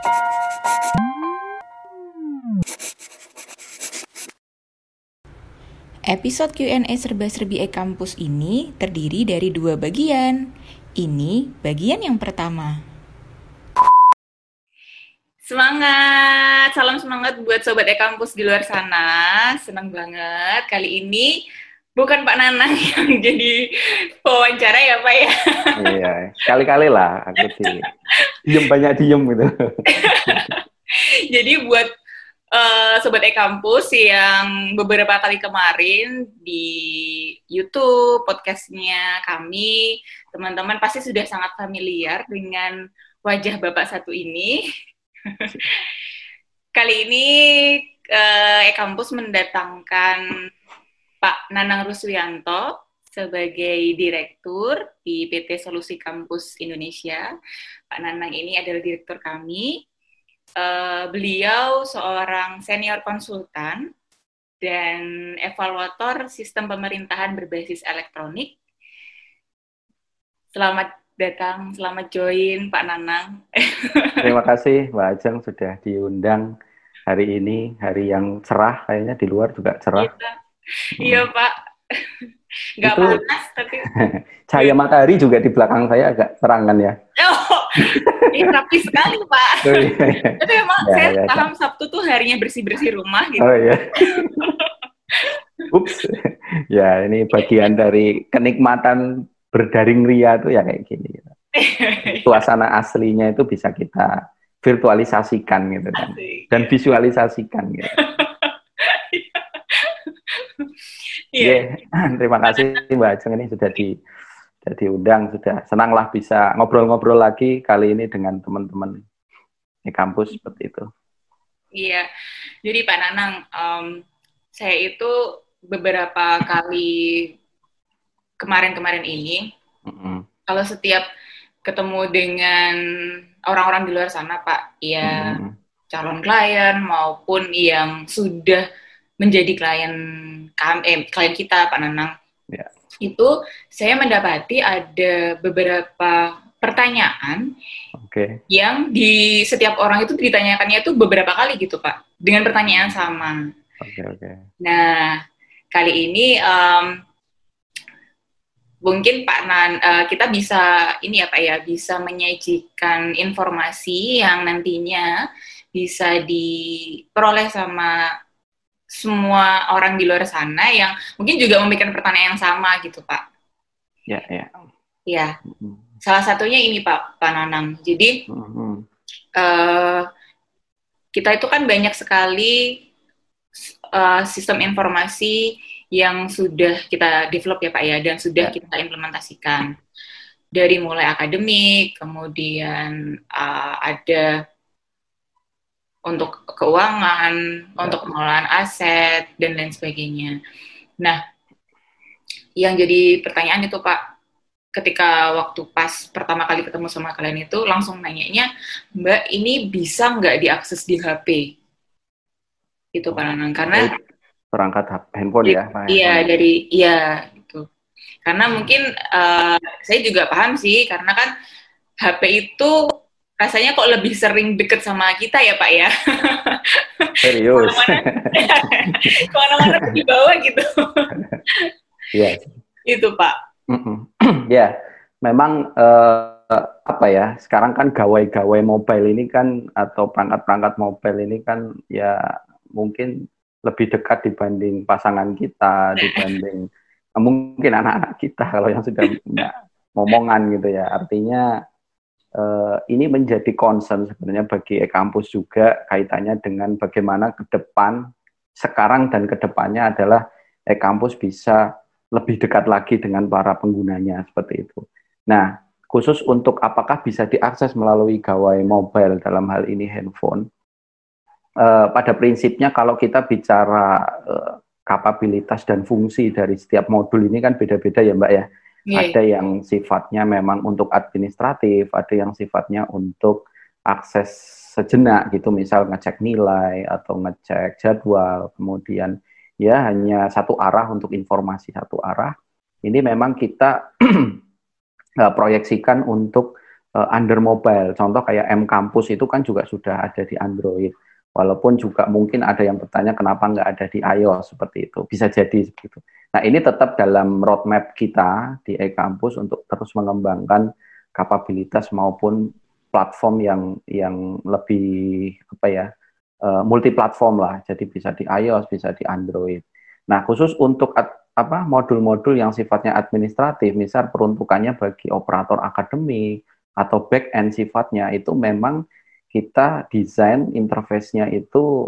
Episode Q&A serba-serbi e-kampus ini terdiri dari 2 bagian. Ini bagian yang pertama. Semangat! Salam semangat buat Sobat e-kampus di luar sana. Senang banget. Kali ini bukan Pak Nanang yang jadi wawancara ya Pak ya? Iya, sekali-kali lah aku banyak diem gitu. Jadi buat Sobat e-kampus yang beberapa kali kemarin di YouTube podcastnya kami, teman-teman pasti sudah sangat familiar dengan wajah Bapak satu ini. Kali ini e-kampus mendatangkan Pak Nanang Ruswianto sebagai direktur di PT Solusi Kampus Indonesia. Pak Nanang ini adalah direktur kami. Beliau seorang senior konsultan dan evaluator sistem pemerintahan berbasis elektronik. Selamat datang, selamat join Pak Nanang. Terima kasih Mbak Ajeng sudah diundang hari ini, hari yang cerah kayaknya di luar juga cerah. Iya Pak, nggak panas tapi cahaya matahari juga di belakang saya agak terang kan ya. Ini rapi sekali Pak. Tapi emang saya paham Sabtu tuh harinya bersih-bersih rumah gitu. Oh iya. Ups. Ya ini bagian dari kenikmatan berdaring ria tuh ya kayak gini. Suasana aslinya itu bisa kita virtualisasikan gitu kan. Dan visualisasikan gitu. Iya. Terima kasih Mbak Ajeng ini sudah diundang, sudah senanglah bisa ngobrol-ngobrol lagi kali ini dengan teman-teman di kampus seperti itu. Iya, jadi Pak Nanang, saya itu beberapa kali kemarin-kemarin ini, kalau setiap ketemu dengan orang-orang di luar sana Pak, ya calon klien maupun yang sudah menjadi klien kita Pak Nanang. Ya. Itu saya mendapati ada beberapa pertanyaan yang di setiap orang itu ditanyakannya itu beberapa kali gitu Pak, dengan pertanyaan sama. Nah, kali ini mungkin Pak kita bisa ini ya Pak ya, bisa menyajikan informasi yang nantinya bisa diperoleh sama semua orang di luar sana yang mungkin juga memikirkan pertanyaan yang sama gitu Pak. Ya. Salah satunya ini Pak Nanang. Jadi kita itu kan banyak sekali sistem informasi yang sudah kita develop ya Pak ya, dan sudah kita implementasikan dari mulai akademik, kemudian ada untuk keuangan, untuk pengelolaan aset, dan lain sebagainya. Nah, yang jadi pertanyaan itu Pak, ketika waktu pas pertama kali ketemu sama kalian itu, langsung nanyanya, Mbak, ini bisa nggak diakses di HP? Itu Pak Nanang, karena perangkat handphone ya? Iya, gitu. Karena mungkin saya juga paham sih, karena kan HP itu rasanya kok lebih sering deket sama kita ya Pak ya. Serius. Kemana-mana di bawah gitu. Iya. Itu Pak. Ya, memang sekarang kan gawai-gawai mobile ini kan, atau perangkat-perangkat mobile ini kan ya mungkin lebih dekat dibanding pasangan kita, dibanding mungkin anak-anak kita kalau yang sudah punya momongan gitu ya. Artinya ini menjadi concern sebenarnya bagi e-kampus juga, kaitannya dengan bagaimana ke depan, sekarang dan ke depannya adalah e-kampus bisa lebih dekat lagi dengan para penggunanya, seperti itu. Nah, khusus untuk apakah bisa diakses melalui gawai mobile, dalam hal ini handphone, pada prinsipnya kalau kita bicara kapabilitas dan fungsi dari setiap modul ini kan beda-beda ya Mbak ya. Ada yang sifatnya memang untuk administratif, ada yang sifatnya untuk akses sejenak gitu, misal ngecek nilai atau ngecek jadwal, kemudian ya hanya satu arah untuk informasi satu arah. Ini memang kita proyeksikan untuk under mobile. Contoh kayak M-Campus itu kan juga sudah ada di Android. Walaupun juga mungkin ada yang bertanya kenapa nggak ada di iOS seperti itu. Bisa jadi seperti itu. Nah, ini tetap dalam roadmap kita di e-Campus untuk terus mengembangkan kapabilitas maupun platform yang lebih apa ya, multi platform lah. Jadi bisa di iOS, bisa di Android. Nah, khusus untuk modul-modul yang sifatnya administratif, misal peruntukannya bagi operator akademik atau back end sifatnya, itu memang kita desain interface-nya itu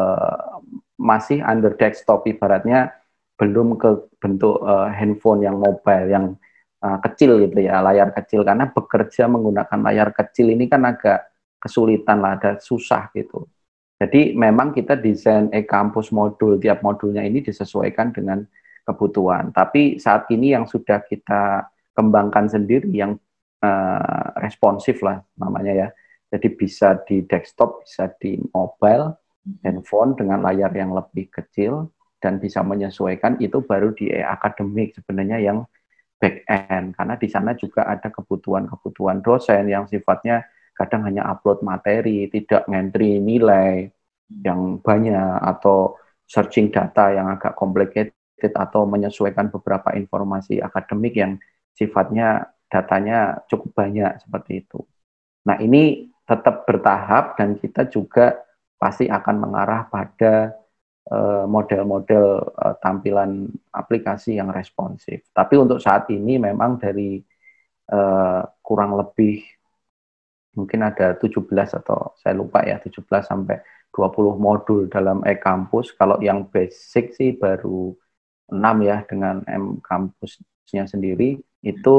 masih under desktop, ibaratnya belum ke bentuk handphone yang mobile yang kecil gitu ya, layar kecil, karena bekerja menggunakan layar kecil ini kan agak kesulitan lah, ada susah gitu. Jadi memang kita desain e-Campus modul, tiap modulnya ini disesuaikan dengan kebutuhan. Tapi saat ini yang sudah kita kembangkan sendiri yang responsif lah namanya ya. Jadi bisa di desktop, bisa di mobile, handphone dengan layar yang lebih kecil dan bisa menyesuaikan, itu baru di akademik sebenarnya yang back end, karena di sana juga ada kebutuhan-kebutuhan dosen yang sifatnya kadang hanya upload materi, tidak ngentri nilai yang banyak, atau searching data yang agak complicated, atau menyesuaikan beberapa informasi akademik yang sifatnya datanya cukup banyak seperti itu. Nah, ini tetap bertahap dan kita juga pasti akan mengarah pada model-model tampilan aplikasi yang responsif. Tapi untuk saat ini memang dari kurang lebih mungkin ada 17 atau saya lupa ya, 17 sampai 20 modul dalam e-Campus. Kalau yang basic sih baru 6 ya, dengan M-Campusnya sendiri itu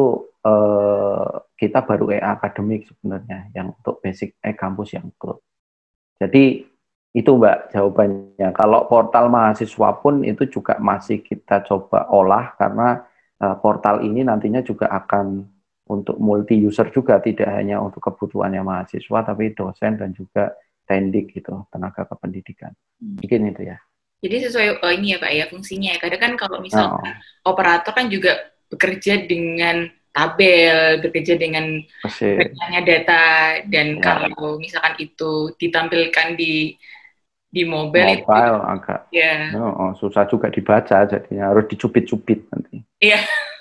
kita baru e-akademik sebenarnya yang untuk basic e-Campus yang cloud. Jadi itu Mbak jawabannya. Kalau portal mahasiswa pun itu juga masih kita coba olah, karena portal ini nantinya juga akan untuk multi user juga, tidak hanya untuk kebutuhannya mahasiswa tapi dosen dan juga tendik gitu, tenaga kependidikan. Mungkin itu ya. Jadi sesuai ini ya Pak ya, fungsinya ya. Kadang kan kalau misalnya operator kan juga bekerja dengan tabel, bekerja dengan banyaknya data, dan kalau misalkan itu ditampilkan di mobile itu agak ya. Susah juga dibaca, jadinya harus dicubit-cubit nanti. Iya.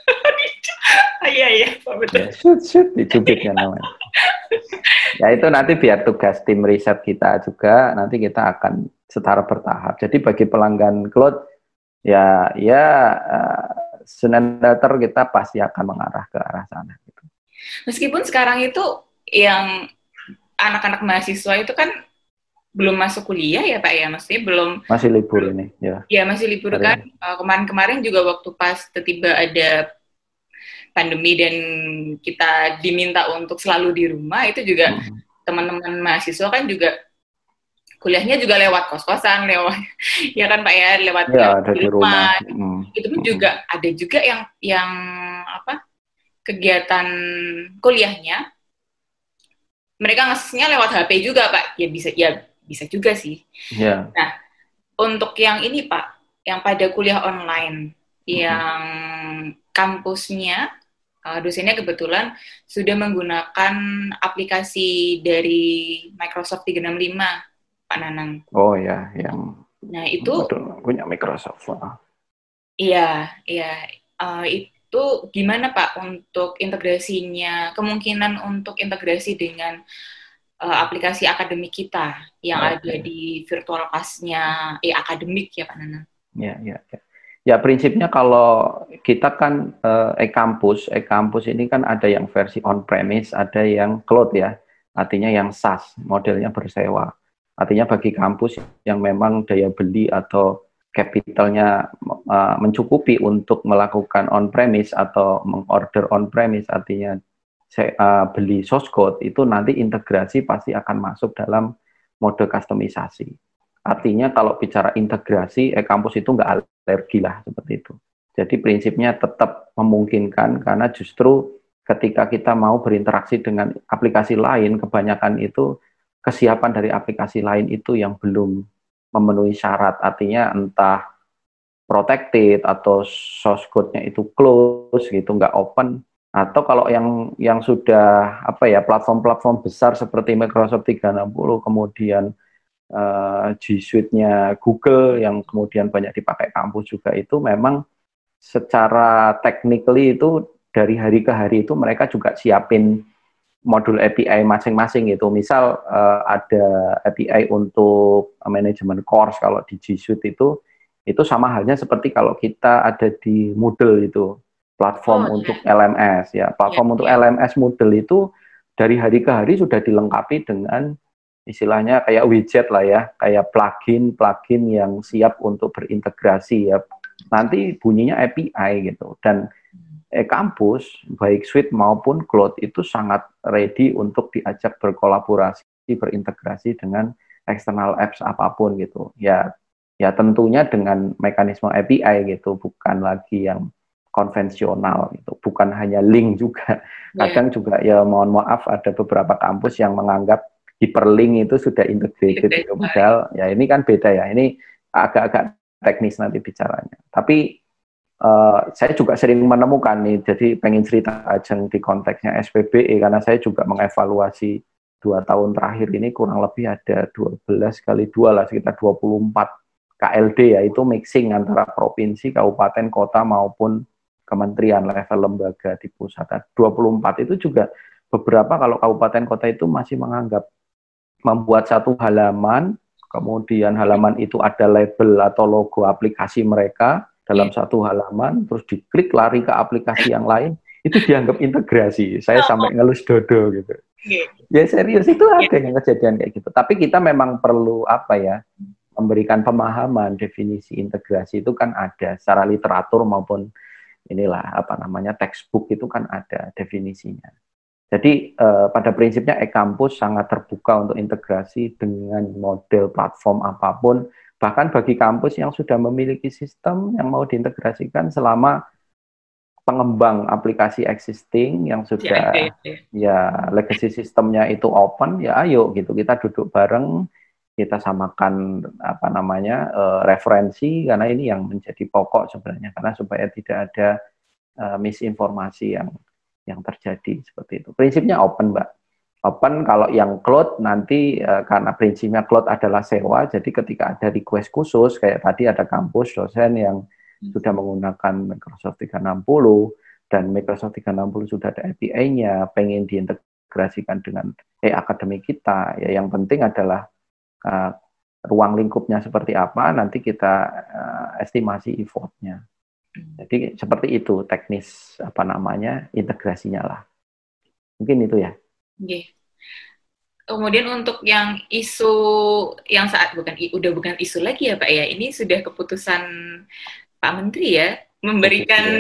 Iya, Pak, betul. Ya, dicubit kan namanya. Ya itu nanti biar tugas tim riset kita juga, nanti kita akan secara bertahap. Jadi bagi pelanggan cloud ya Senator kita pasti akan mengarah ke arah sana gitu. Meskipun sekarang itu yang anak-anak mahasiswa itu kan belum masuk kuliah ya Pak ya, maksudnya belum, masih libur ini ya. Ya masih libur kan. Kemarin-kemarin juga waktu pas tiba ada pandemi dan kita diminta untuk selalu di rumah, itu juga teman-teman mahasiswa kan juga kuliahnya juga lewat kos-kosan, lewat ya kan Pak ya, lewat di rumah. Itu pun juga ada juga yang kegiatan kuliahnya mereka ngasihnya lewat HP juga Pak. Ya bisa juga sih. Yeah. Nah, untuk yang ini Pak, yang pada kuliah online, yang kampusnya dosennya kebetulan sudah menggunakan aplikasi dari Microsoft 365, Pak Nanang. Oh ya, yang itu punya Microsoft. Iya, itu gimana Pak untuk integrasinya, kemungkinan untuk integrasi dengan aplikasi akademik kita yang ada di virtual class-nya akademik ya Pak Nanang? Ya prinsipnya kalau kita kan e-Campus ini kan ada yang versi on-premise, ada yang cloud ya, artinya yang SaaS, modelnya bersewa. Artinya bagi kampus yang memang daya beli atau capitalnya mencukupi untuk melakukan on-premise atau mengorder on-premise, artinya beli source code, itu nanti integrasi pasti akan masuk dalam mode customisasi. Artinya kalau bicara integrasi, e-Campus itu nggak alergi lah seperti itu. Jadi prinsipnya tetap memungkinkan, karena justru ketika kita mau berinteraksi dengan aplikasi lain, kebanyakan itu kesiapan dari aplikasi lain itu yang belum memenuhi syarat. Artinya entah protected atau source code-nya itu close gitu, nggak open. Atau kalau yang sudah apa ya, platform-platform besar seperti Microsoft 360, kemudian G Suite-nya Google yang kemudian banyak dipakai kampus juga, itu memang secara technically itu dari hari ke hari itu mereka juga siapin modul API masing-masing gitu. Misal ada API untuk manajemen course kalau di G Suite itu sama halnya seperti kalau kita ada di Moodle itu, platform untuk LMS ya. Platform untuk LMS Moodle itu dari hari ke hari sudah dilengkapi dengan istilahnya kayak widget lah ya, kayak plugin yang siap untuk berintegrasi ya. Nanti bunyinya API gitu. Dan kampus, baik Suite maupun Cloud itu sangat ready untuk diajak berkolaborasi, berintegrasi dengan external apps apapun gitu. Ya tentunya dengan mekanisme API gitu, bukan lagi yang konvensional gitu, bukan hanya link juga. Kadang juga ya mohon maaf ada beberapa kampus yang menganggap hyperlink itu sudah integrated gitu. Padahal ya ini kan beda ya. Ini agak-agak teknis nanti bicaranya. Tapi saya juga sering menemukan nih, jadi pengen cerita aja di konteksnya SPBE, karena saya juga mengevaluasi 2 tahun terakhir ini kurang lebih ada 12 kali 2 lah, sekitar 24 KLD ya, itu mixing antara provinsi, kabupaten, kota maupun kementerian level lembaga di pusat. 24 itu juga beberapa kalau kabupaten kota itu masih menganggap membuat satu halaman, kemudian halaman itu ada label atau logo aplikasi mereka dalam satu halaman, terus diklik lari ke aplikasi yang lain, itu dianggap integrasi. Saya sampai ngelus dodo gitu. Ya serius, itu ada yang kejadian kayak gitu. Tapi kita memang perlu apa ya, memberikan pemahaman definisi integrasi itu kan ada secara literatur maupun inilah apa namanya textbook itu kan ada definisinya. Jadi pada prinsipnya e-kampus sangat terbuka untuk integrasi dengan model platform apapun. Bahkan bagi kampus yang sudah memiliki sistem yang mau diintegrasikan, selama pengembang aplikasi existing yang sudah ya legacy sistemnya itu open, ya ayo gitu, kita duduk bareng, kita samakan apa namanya referensi, karena ini yang menjadi pokok sebenarnya, karena supaya tidak ada misinformasi yang terjadi seperti itu. Prinsipnya open, Mbak. Open. Kalau yang cloud nanti karena prinsipnya cloud adalah sewa, jadi ketika ada request khusus, kayak tadi ada kampus dosen yang sudah menggunakan Microsoft 360, dan Microsoft 360 sudah ada API-nya, pengen diintegrasikan dengan akademi kita, ya yang penting adalah ruang lingkupnya seperti apa, nanti kita estimasi effort-nya. Jadi seperti itu teknis apa namanya integrasinya lah. Mungkin itu ya. Kemudian untuk yang isu yang saat udah bukan isu lagi ya Pak ya, ini sudah keputusan Pak Menteri ya memberikan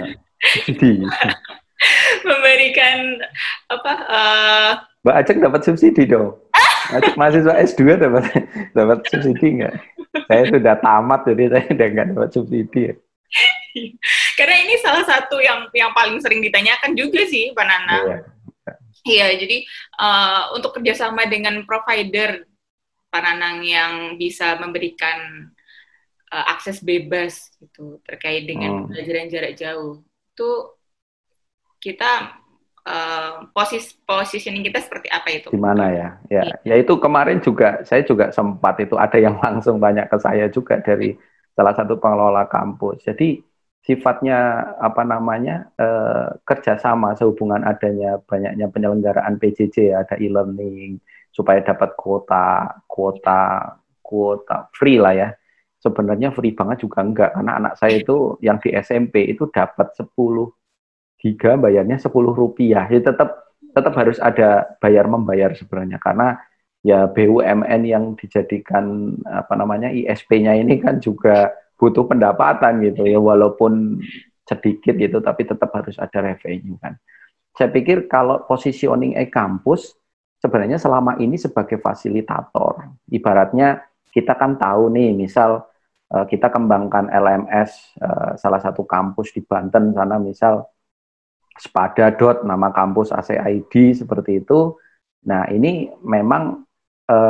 memberikan apa? Mbak Aceng dapat subsidi dong. Aceng mahasiswa S2 dapat subsidi nggak? Saya sudah tamat jadi saya udah nggak dapat subsidi. Karena ini salah satu yang paling sering ditanyakan juga sih Pak Nana. Iya, jadi untuk kerjasama dengan provider Pak Nanang yang bisa memberikan akses bebas gitu terkait dengan pembelajaran jarak jauh, itu kita positioning kita seperti apa itu? Gimana ya? Ya itu kemarin juga saya juga sempat itu ada yang langsung tanya ke saya juga dari salah satu pengelola kampus. Jadi sifatnya apa namanya kerjasama sehubungan adanya banyaknya penyelenggaraan PJJ, ada e-learning supaya dapat kuota free lah ya. Sebenarnya free banget juga enggak, karena anak saya itu yang di SMP itu dapat 10 giga bayarnya 10 rupiah. Jadi tetap harus ada membayar sebenarnya, karena ya BUMN yang dijadikan apa namanya ISP-nya ini kan juga butuh pendapatan gitu ya, walaupun sedikit gitu, tapi tetap harus ada revenue kan. Saya pikir kalau positioning e-kampus sebenarnya selama ini sebagai fasilitator, ibaratnya kita kan tahu nih, misal kita kembangkan LMS salah satu kampus di Banten sana, misal Spada. Nama kampus ACID seperti itu. Nah ini memang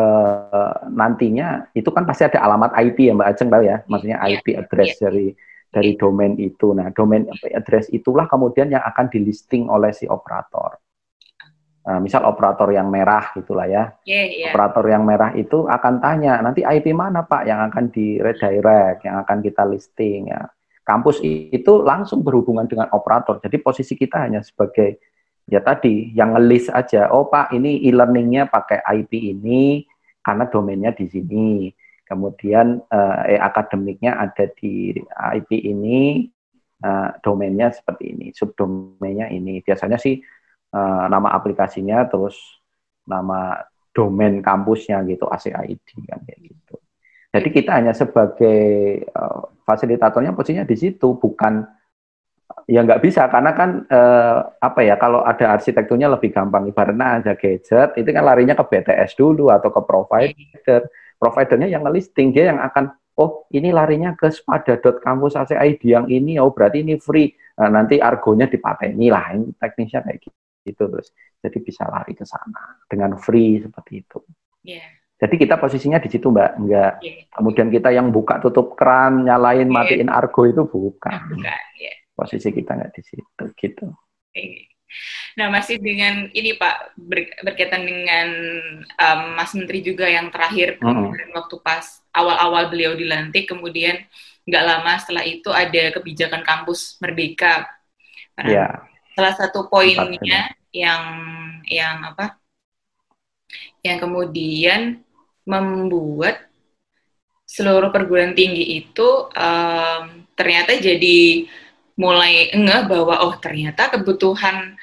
nantinya itu kan pasti ada alamat IP ya Mbak Aceng tahu ya, maksudnya IP address dari domain itu. Nah, domain address itulah kemudian yang akan di listing oleh si operator. Misal operator yang merah gitulah ya. Operator yang merah itu akan tanya, nanti IP mana Pak yang akan di redirect, yang akan kita listing ya. Kampus itu langsung berhubungan dengan operator. Jadi posisi kita hanya sebagai ya tadi yang ngelis aja. Oh Pak, ini e-learningnya pakai IP ini karena domainnya di sini. Kemudian akademiknya ada di IP ini, domainnya seperti ini, subdomainnya ini. Biasanya sih nama aplikasinya, terus nama domain kampusnya gitu, ACID kan kayak gitu. Jadi kita hanya sebagai fasilitatornya posisinya di situ, bukan ya nggak bisa karena kan apa ya, kalau ada arsitekturnya lebih gampang, ibaratnya ada gadget itu kan larinya ke BTS dulu atau ke providernya yang ngelisting, dia yang akan oh ini larinya ke spada.kampus ACID yang ini, oh berarti ini free, nah, nanti argonya dipateni lah, ini teknisnya kayak gitu. Terus jadi bisa lari ke sana dengan free seperti itu. Jadi kita posisinya di situ Mbak, enggak kemudian kita yang buka tutup keran, nyalain matiin argo itu bukan. Posisi kita nggak di situ gitu. Nah, masih dengan ini Pak, berkaitan dengan Mas Menteri juga yang terakhir kemarin waktu pas awal-awal beliau dilantik, kemudian nggak lama setelah itu ada kebijakan kampus merdeka. Salah satu poinnya yang apa? Yang kemudian membuat seluruh perguruan tinggi itu ternyata jadi mulai ngeh bahwa oh ternyata kebutuhan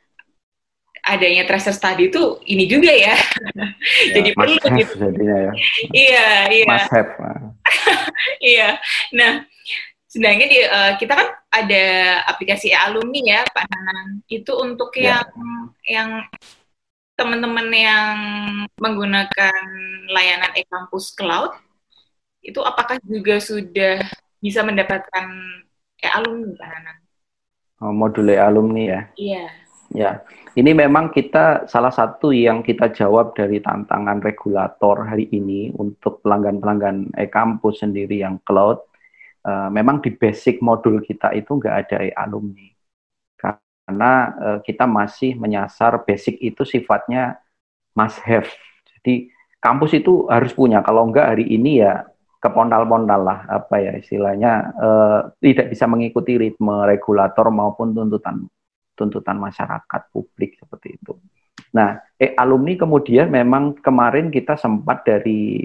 adanya tracer study itu ini juga ya. Jadi perlu gitu. Jadinya ya. Iya. Must have. Iya. Nah, sedangkan kita kan ada aplikasi alumni ya, Pak Nanan. Itu untuk yang teman-teman yang menggunakan layanan e-kampus cloud, itu apakah juga sudah bisa mendapatkan alumni, Pak Nanan? Modul alumni ya? Iya. Ya, ini memang kita salah satu yang kita jawab dari tantangan regulator hari ini untuk pelanggan-pelanggan e-kampus sendiri yang cloud. Memang di basic modul kita itu nggak ada alumni. Karena kita masih menyasar basic itu sifatnya must have. Jadi kampus itu harus punya. Kalau enggak hari ini ya kepondal-pondal lah, apa ya istilahnya, tidak bisa mengikuti ritme regulator maupun tuntutan masyarakat publik seperti itu. Nah, alumni kemudian memang kemarin kita sempat dari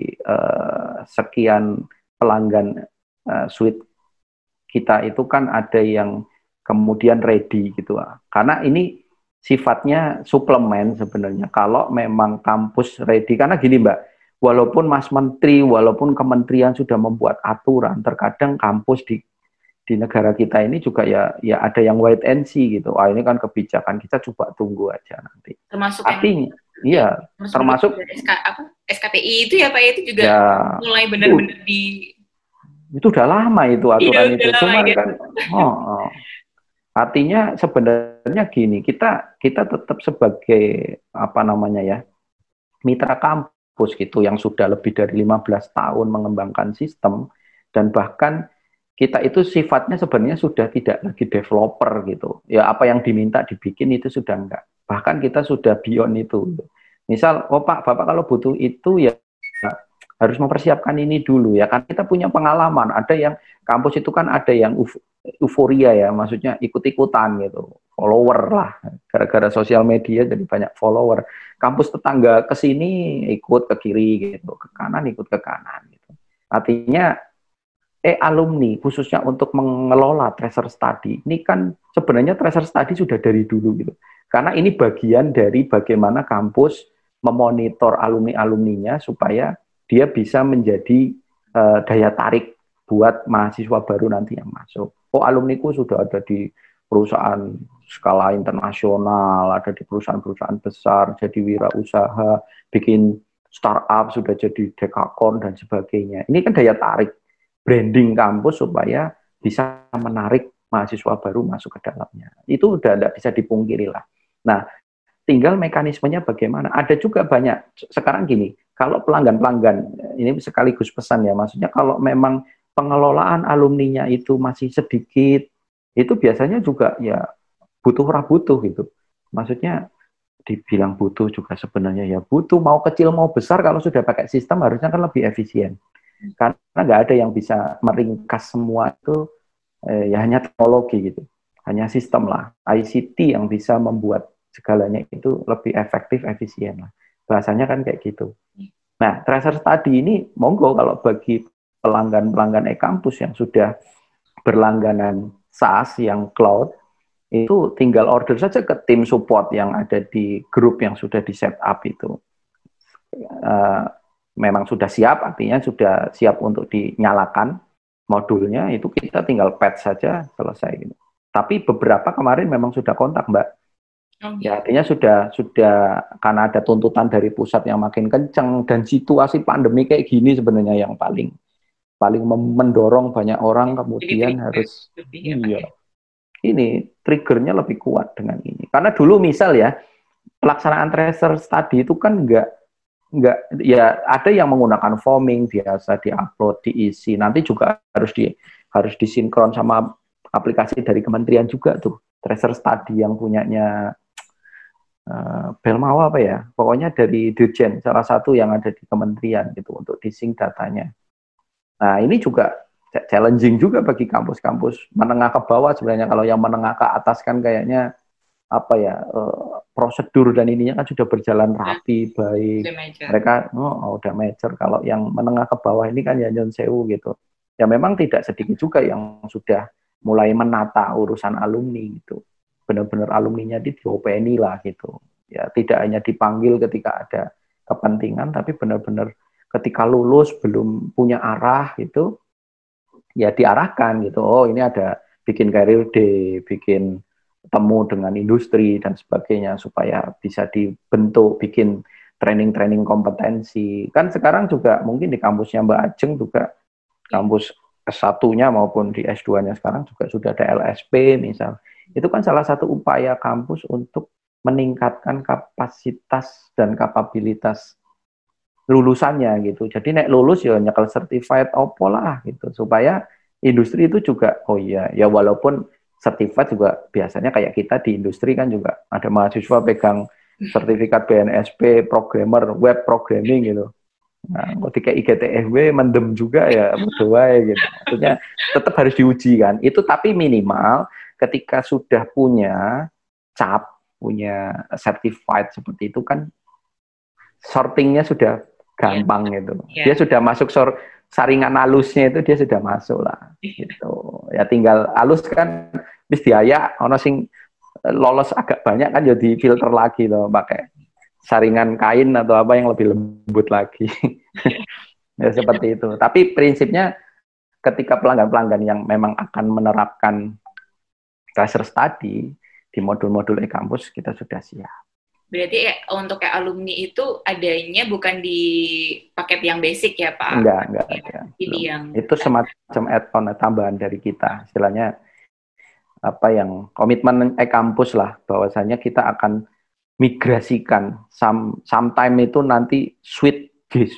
sekian pelanggan suite kita itu kan ada yang kemudian ready gitu. Karena ini sifatnya suplemen sebenarnya. Kalau memang kampus ready, karena gini Mbak, walaupun Mas Menteri, walaupun kementerian sudah membuat aturan, terkadang kampus di negara kita ini juga ya ada yang wait and see gitu. Ini kan kebijakan, kita coba tunggu aja nanti. Termasuk artinya, iya, termasuk SKPI itu ya Pak, itu juga mulai benar-benar itu udah lama itu aturan itu. Cuma kan artinya sebenarnya gini, kita tetap sebagai apa namanya ya, mitra kampus gitu yang sudah lebih dari 15 tahun mengembangkan sistem, dan bahkan kita itu sifatnya sebenarnya sudah tidak lagi developer gitu. Ya apa yang diminta dibikin itu sudah enggak. Bahkan kita sudah beyond itu. Misal, oh Pak, Bapak kalau butuh itu ya harus mempersiapkan ini dulu ya. Kan kita punya pengalaman. Ada yang kampus itu kan ada yang euforia ya, maksudnya ikut-ikutan gitu. Follower lah. Gara-gara sosial media jadi banyak follower. Kampus tetangga ke sini ikut ke kiri gitu, ke kanan ikut ke kanan gitu. Artinya alumni khususnya untuk mengelola tracer study ini kan sebenarnya tracer study sudah dari dulu gitu, karena ini bagian dari bagaimana kampus memonitor alumni-alumninya supaya dia bisa menjadi daya tarik buat mahasiswa baru nanti yang masuk. Oh alumniku sudah ada di perusahaan skala internasional, ada di perusahaan-perusahaan besar, jadi wirausaha, bikin startup, sudah jadi dekakon dan sebagainya. Ini kan daya tarik branding kampus supaya bisa menarik mahasiswa baru masuk ke dalamnya. Itu udah tidak bisa dipungkiri lah. Nah, tinggal mekanismenya bagaimana. Ada juga banyak, sekarang gini, kalau pelanggan-pelanggan, ini sekaligus pesan ya, maksudnya kalau memang pengelolaan alumninya itu masih sedikit, itu biasanya juga ya butuh gitu. Maksudnya dibilang butuh juga sebenarnya ya butuh, mau kecil mau besar, kalau sudah pakai sistem harusnya kan lebih efisien. Karena nggak ada yang bisa meringkas semua itu, ya hanya teknologi gitu. Hanya sistem lah, ICT yang bisa membuat segalanya itu lebih efektif, efisien lah. Bahasanya kan kayak gitu. Nah, tracer study ini monggo kalau bagi pelanggan-pelanggan e-kampus yang sudah berlangganan SaaS yang cloud, itu tinggal order saja ke tim support yang ada di grup yang sudah di set up itu. Memang sudah siap, artinya sudah siap untuk dinyalakan modulnya, itu kita tinggal patch saja, selesai gitu. Tapi beberapa kemarin memang sudah kontak, Mbak. Ya, artinya sudah karena ada tuntutan dari pusat yang makin kencang, dan situasi pandemi kayak gini sebenarnya yang paling mendorong banyak orang kemudian harus ini triggernya lebih kuat dengan ini. Karena dulu misal ya, pelaksanaan tracer study itu kan enggak ya, ada yang menggunakan foaming biasa, diupload, diisi, nanti juga harus disinkron sama aplikasi dari kementerian juga tuh, tracer study yang punyanya Belmawa apa ya, pokoknya dari Dirjen, salah satu yang ada di kementerian gitu, untuk disync datanya. Nah, ini juga challenging juga bagi kampus-kampus menengah ke bawah sebenarnya. Kalau yang menengah ke atas kan kayaknya apa ya, prosedur dan ininya kan sudah berjalan rapi, baik. Mereka udah mature. Kalau yang menengah ke bawah ini kan ya nyon sewu gitu. Ya memang tidak sedikit juga yang sudah mulai menata urusan alumni gitu. Benar-benar alumninya diopeni lah gitu. Ya tidak hanya dipanggil ketika ada kepentingan, tapi benar-benar ketika lulus belum punya arah gitu, ya diarahkan gitu. Oh, ini ada bikin career day, bikin temu dengan industri dan sebagainya supaya bisa dibentuk, bikin training-training kompetensi. Kan sekarang juga mungkin di kampusnya Mbak Ajeng juga, kampus S1-nya maupun di S2-nya sekarang juga sudah ada LSP misal. Itu kan salah satu upaya kampus untuk meningkatkan kapasitas dan kapabilitas lulusannya gitu. Jadi nek lulus ya nyekel certified opo lah gitu, supaya industri itu juga oh iya ya, walaupun sertifikat juga biasanya kayak kita di industri kan juga ada mahasiswa pegang sertifikat BNSP programmer web programming gitu. Nah, ketika IGTFW mendem juga ya berdoa gitu. Maksudnya tetap harus diuji kan. Itu tapi minimal ketika sudah punya cap, punya certified seperti itu kan, sortingnya sudah gampang gitu. Dia sudah masuk saringan halusnya, itu dia sudah masuk lah gitu. Ya tinggal halus kan wis diayak ono sing lolos agak banyak kan jadi filter lagi loh, pakai saringan kain atau apa yang lebih lembut lagi. Ya seperti itu. Tapi prinsipnya ketika pelanggan-pelanggan yang memang akan menerapkan tracer study di modul-modul e-kampus, kita sudah siap. Berarti untuk alumni itu adanya bukan di paket yang basic ya Pak? Enggak ada. Itu semacam add-on tambahan dari kita. Istilahnya apa yang komitmen e-kampus lah, bahwasanya kita akan migrasikan sometime itu nanti suite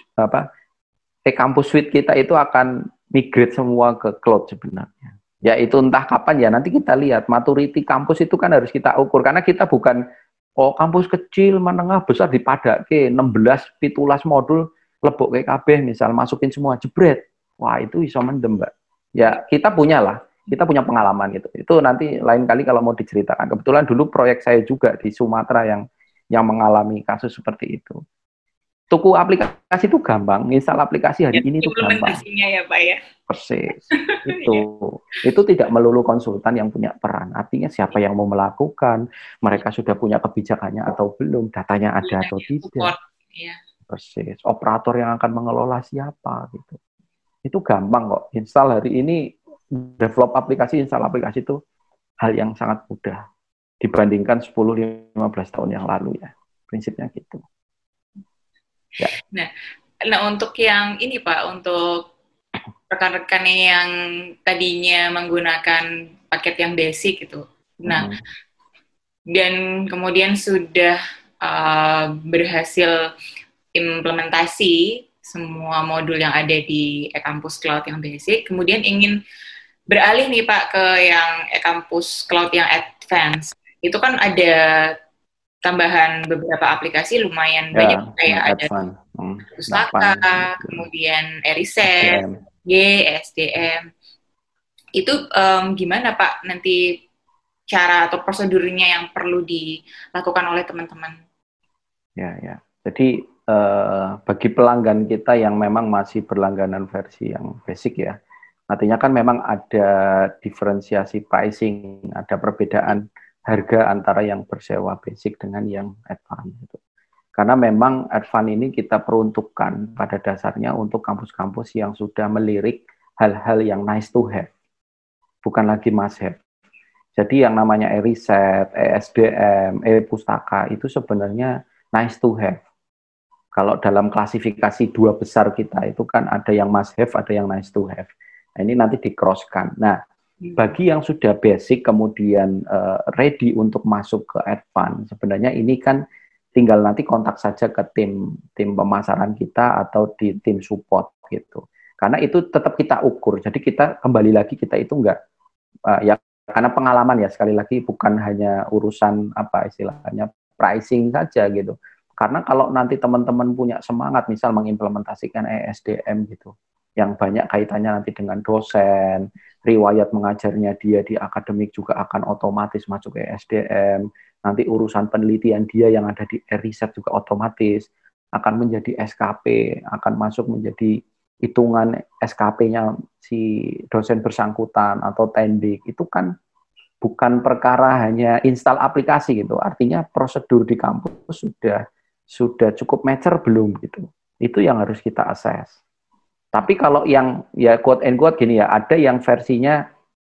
e-kampus suite kita itu akan migrate semua ke cloud sebenarnya. Ya itu entah kapan ya, nanti kita lihat maturity kampus itu kan harus kita ukur, karena kita bukan kampus kecil, menengah, besar dipadake 16, 17 modul lebok ke kabeh misal, masukin semua jebret. Wah, itu iso mendem, Mbak. Ya, kita punya pengalaman gitu. Itu nanti lain kali kalau mau diceritakan. Kebetulan dulu proyek saya juga di Sumatera yang mengalami kasus seperti itu. Tuku aplikasi itu gampang, install aplikasi hari ini itu gampang. Ya, Pak ya. Persis. Itu tidak melulu konsultan yang punya peran. Artinya siapa yang mau melakukan, mereka sudah punya kebijakannya atau belum, datanya ada atau tidak. Persis. Operator yang akan mengelola siapa gitu. Itu gampang kok. Install hari ini, develop aplikasi, install aplikasi itu hal yang sangat mudah dibandingkan 10-15 tahun yang lalu ya. Prinsipnya gitu. Ya. Nah untuk yang ini Pak, untuk rekan-rekan yang tadinya menggunakan paket yang basic gitu, nah dan kemudian sudah berhasil implementasi semua modul yang ada di e-kampus cloud yang basic, kemudian ingin beralih nih Pak ke yang e-kampus cloud yang advance. Itu kan ada tambahan beberapa aplikasi lumayan banyak, kayak ada advance. pustaka, 8, kemudian e-riset, SDM. SDM. Itu gimana Pak nanti cara atau prosedurnya yang perlu dilakukan oleh teman-teman? Ya. Jadi bagi pelanggan kita yang memang masih berlangganan versi yang basic ya, artinya kan memang ada diferensiasi pricing, ada perbedaan harga antara yang bersewa basic dengan yang advance. Gitu. Karena memang advance ini kita peruntukkan pada dasarnya untuk kampus-kampus yang sudah melirik hal-hal yang nice to have, bukan lagi must have. Jadi yang namanya e-riset, e-SDM, e-pustaka itu sebenarnya nice to have. Kalau dalam klasifikasi dua besar kita itu kan ada yang must have, ada yang nice to have. Nah, ini nanti di-cross-kan. Nah, bagi yang sudah basic kemudian ready untuk masuk ke advance, sebenarnya ini kan tinggal nanti kontak saja ke tim pemasaran kita atau di tim support gitu. Karena itu tetap kita ukur. Jadi kita kembali lagi kita itu enggak ya karena pengalaman ya, sekali lagi bukan hanya urusan apa istilahnya pricing saja gitu. Karena kalau nanti teman-teman punya semangat misal mengimplementasikan ESDM gitu, yang banyak kaitannya nanti dengan dosen, riwayat mengajarnya dia di akademik juga akan otomatis masuk ke ESDM, nanti urusan penelitian dia yang ada di riset juga otomatis akan menjadi SKP, akan masuk menjadi hitungan SKP-nya si dosen bersangkutan atau tendik, itu kan bukan perkara hanya install aplikasi gitu. Artinya prosedur di kampus sudah cukup mature belum gitu. Itu yang harus kita assess. Tapi kalau yang ya quote and quote gini ya, ada yang versinya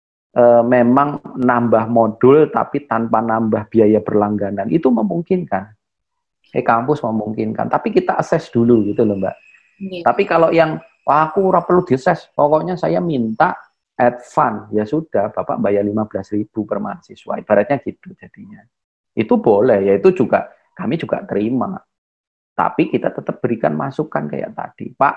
memang nambah modul tapi tanpa nambah biaya berlangganan. Itu memungkinkan. Kampus memungkinkan. Tapi kita assess dulu gitu loh Mbak. Tapi kalau yang aku ora perlu di-assess, pokoknya saya minta advance, ya sudah, Bapak bayar 15.000 per mahasiswa, ibaratnya gitu jadinya. Itu boleh, ya itu juga, kami juga terima. Tapi kita tetap berikan masukan kayak tadi, Pak,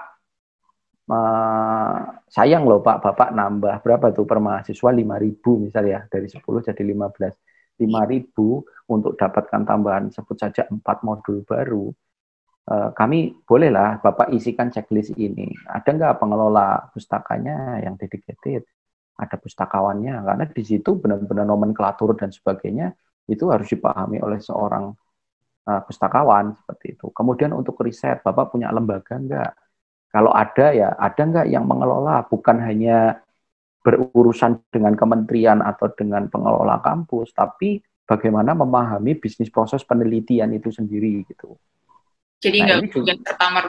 sayang loh Pak, Bapak nambah berapa tuh per mahasiswa 5.000 misalnya, dari 10 jadi 15. 5.000 untuk dapatkan tambahan sebut saja 4 modul baru. Kami bolehlah Bapak isikan checklist ini. Ada nggak pengelola pustakanya yang dedicated? Ada pustakawannya, karena di situ benar-benar nomenklatur dan sebagainya itu harus dipahami oleh seorang pustakawan seperti itu. Kemudian untuk riset, Bapak punya lembaga nggak? Kalau ada ya, ada nggak yang mengelola? Bukan hanya berurusan dengan kementerian atau dengan pengelola kampus, tapi bagaimana memahami bisnis proses penelitian itu sendiri gitu. Jadi nggak juga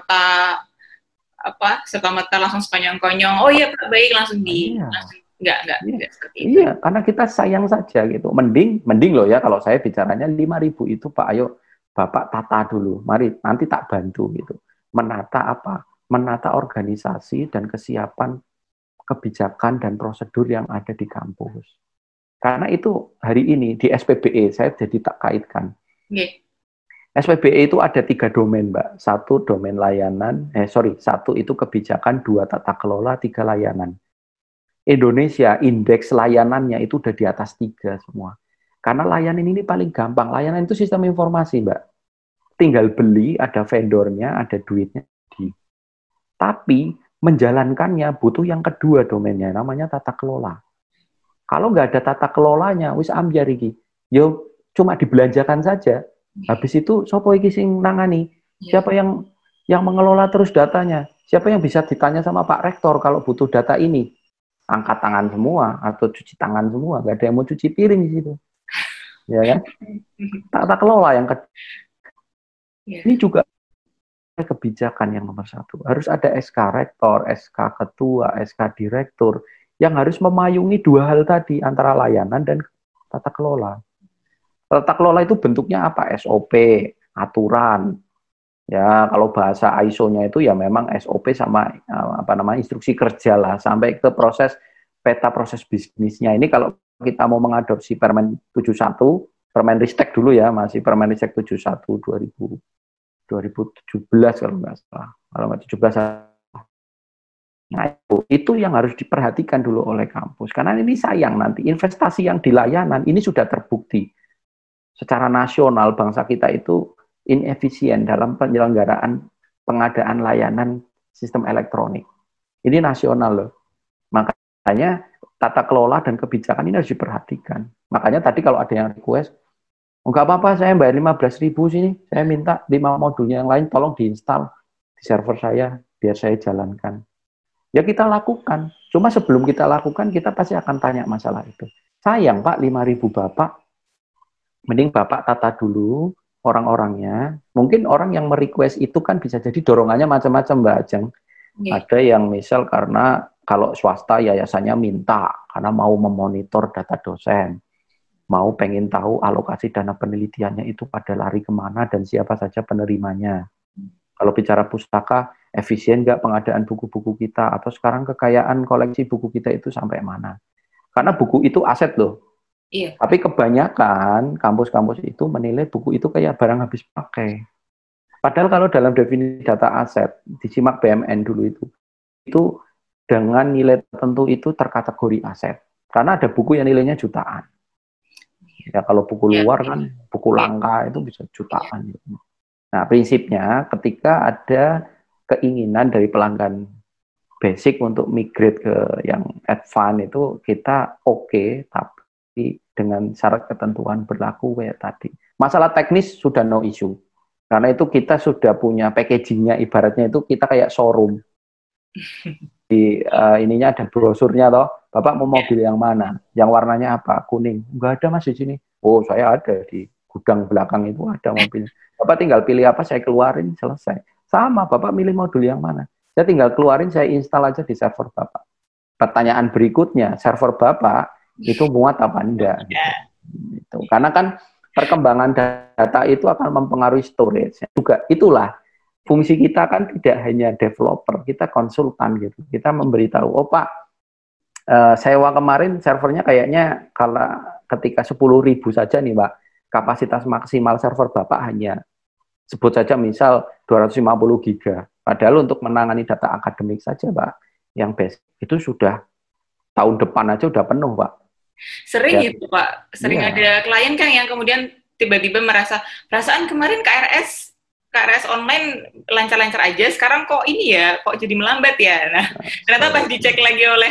serta-merta langsung sekonyong-konyong. Oh iya Pak, baik langsung langsung nggak seperti itu. Iya, karena kita sayang saja gitu. Mending loh ya kalau saya bicaranya 5.000 itu Pak, ayo Bapak tata dulu. Mari nanti tak bantu gitu. Menata apa? Menata organisasi dan kesiapan kebijakan dan prosedur yang ada di kampus. Karena itu hari ini di SPBE saya jadi tak kaitkan. SPBE itu ada 3 domain, Mbak. 1 domain layanan, 1 itu kebijakan, 2 tata kelola, 3 layanan. Indonesia, indeks layanannya itu udah di atas 3 semua. Karena layanan ini paling gampang. Layanan itu sistem informasi, Mbak. Tinggal beli, ada vendornya, ada duitnya. Tapi menjalankannya butuh yang kedua domainnya, namanya tata kelola. Kalau nggak ada tata kelolanya, wis ambyar iki. Yo cuma dibelanjakan saja. Habis itu sopo iki sing nangani? Siapa yang mengelola terus datanya? Siapa yang bisa ditanya sama Pak Rektor kalau butuh data ini? Angkat tangan semua atau cuci tangan semua, nggak ada yang mau cuci piring di situ. Ya kan? Tata kelola yang kedua. Ini juga kebijakan yang nomor 1. Harus ada SK Rektor, SK Ketua, SK Direktur yang harus memayungi 2 hal tadi antara layanan dan tata kelola. Tata kelola itu bentuknya apa? SOP, aturan. Ya, kalau bahasa ISO-nya itu ya memang SOP sama instruksi kerja lah sampai ke proses peta proses bisnisnya. Ini kalau kita mau mengadopsi Permen 71, Permen Ristek dulu ya, masih Permen Ristek 71 2017 kalau nggak salah. Kalau nggak 17 nah itu yang harus diperhatikan dulu oleh kampus. Karena ini sayang nanti investasi yang di layanan ini sudah terbukti. Secara nasional bangsa kita itu inefisien dalam penyelenggaraan pengadaan layanan sistem elektronik. Ini nasional loh. Makanya tata kelola dan kebijakan ini harus diperhatikan. Makanya tadi kalau ada yang request, enggak apa-apa saya bayar 15.000 sini, saya minta 5 modulnya yang lain tolong diinstal di server saya biar saya jalankan. Ya kita lakukan. Cuma sebelum kita lakukan, kita pasti akan tanya masalah itu. Sayang Pak, 5.000 Bapak, mending Bapak tata dulu orang-orangnya. Mungkin orang yang merequest itu kan bisa jadi dorongannya macam-macam Mbak Ajeng. Ada yang misal karena kalau swasta yayasannya minta, karena mau memonitor data dosen. Mau pengen tahu alokasi dana penelitiannya itu pada lari kemana dan siapa saja penerimanya. Kalau bicara pustaka, efisien nggak pengadaan buku-buku kita, atau sekarang kekayaan koleksi buku kita itu sampai mana. Karena buku itu aset loh. Iya. Tapi kebanyakan kampus-kampus itu menilai buku itu kayak barang habis pakai. Padahal kalau dalam definisi data aset, disimak BMN dulu itu dengan nilai tertentu itu terkategori aset. Karena ada buku yang nilainya jutaan. Ya kalau buku luar kan, buku langka itu bisa jutaan. Nah, prinsipnya ketika ada keinginan dari pelanggan basic untuk migrate ke yang advance itu kita oke, tapi dengan syarat ketentuan berlaku kayak tadi. Masalah teknis sudah no issue. Karena itu kita sudah punya packagingnya, ibaratnya itu kita kayak showroom. Di ininya ada brosurnya toh, Bapak mau mobil yang mana? Yang warnanya apa? Kuning. Enggak ada Mas di sini. Oh, saya ada di gudang belakang itu ada mobil. Bapak tinggal pilih apa, saya keluarin, selesai. Sama, Bapak milih modul yang mana? Saya tinggal keluarin, saya install aja di server Bapak. Pertanyaan berikutnya, server Bapak itu muat apa enggak? Gitu. Karena kan perkembangan data itu akan mempengaruhi storage. Juga itulah fungsi kita kan tidak hanya developer, kita konsultan gitu. Kita memberitahu, oh Pak, sewa kemarin servernya kayaknya kalau ketika 10.000 saja nih Pak, kapasitas maksimal server Bapak hanya sebut saja misal 250 giga. Padahal untuk menangani data akademik saja Pak, yang basic itu sudah tahun depan aja udah penuh Pak. Sering ya, gitu Pak, sering ada klien kan yang kemudian tiba-tiba merasa, perasaan kemarin KRS online lancar-lancar aja, sekarang kok ini ya, kok jadi melambat ya. Nah, ternyata pas dicek lagi oleh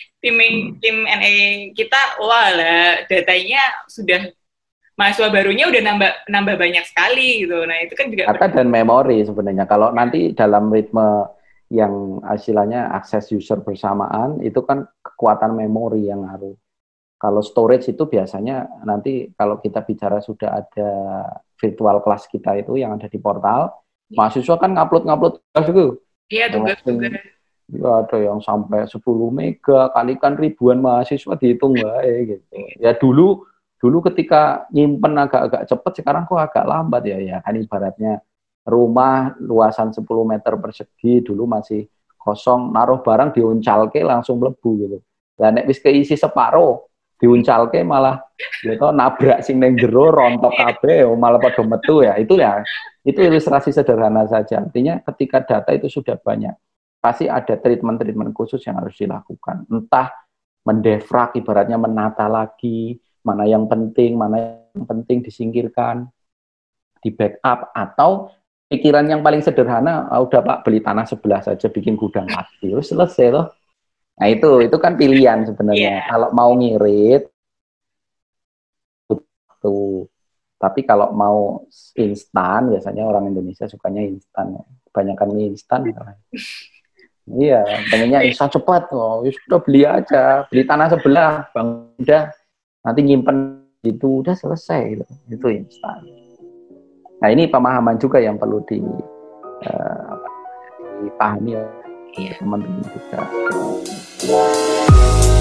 tim NA kita, wah lah, datanya sudah, mahasiswa barunya udah nambah banyak sekali gitu. Nah itu kan juga data dan memori sebenarnya. Kalau nanti dalam ritme yang hasilnya akses user bersamaan, itu kan kekuatan memori yang ngaruh. Kalau storage itu biasanya nanti kalau kita bicara sudah ada virtual class kita itu yang ada di portal, mahasiswa kan ngupload tugas itu. Iya, tugas. Ya, ada yang sampai 10 mega, kalikan ribuan mahasiswa dihitung gitu. Ya dulu ketika nyimpen agak-agak cepat, sekarang kok agak lambat ya kan ibaratnya rumah luasan 10 meter persegi dulu masih kosong, naruh barang diuncalke langsung mlebu gitu. Lah nek wis keisi separuh diuncalke malah gitu nabrak sing ning jero rontok kabeh malah padha metu ya. Itu ilustrasi sederhana saja. Artinya ketika data itu sudah banyak, pasti ada treatment khusus yang harus dilakukan. Entah mendefrag, ibaratnya menata lagi mana yang penting disingkirkan, di backup, atau pikiran yang paling sederhana, udah Pak beli tanah sebelah saja bikin gudang lagi, selesai loh. Nah itu kan pilihan sebenarnya. Kalau mau ngirit tuh, tapi kalau mau instan, biasanya orang Indonesia sukanya instan. Kebanyakan mie instan. Iya, pengennya instan cepat. Oh, ya sudah beli aja, beli tanah sebelah, Bang, udah nanti nyimpen itu udah selesai. Itu instan. Nah ini pemahaman juga yang perlu dipahami oleh teman-teman juga.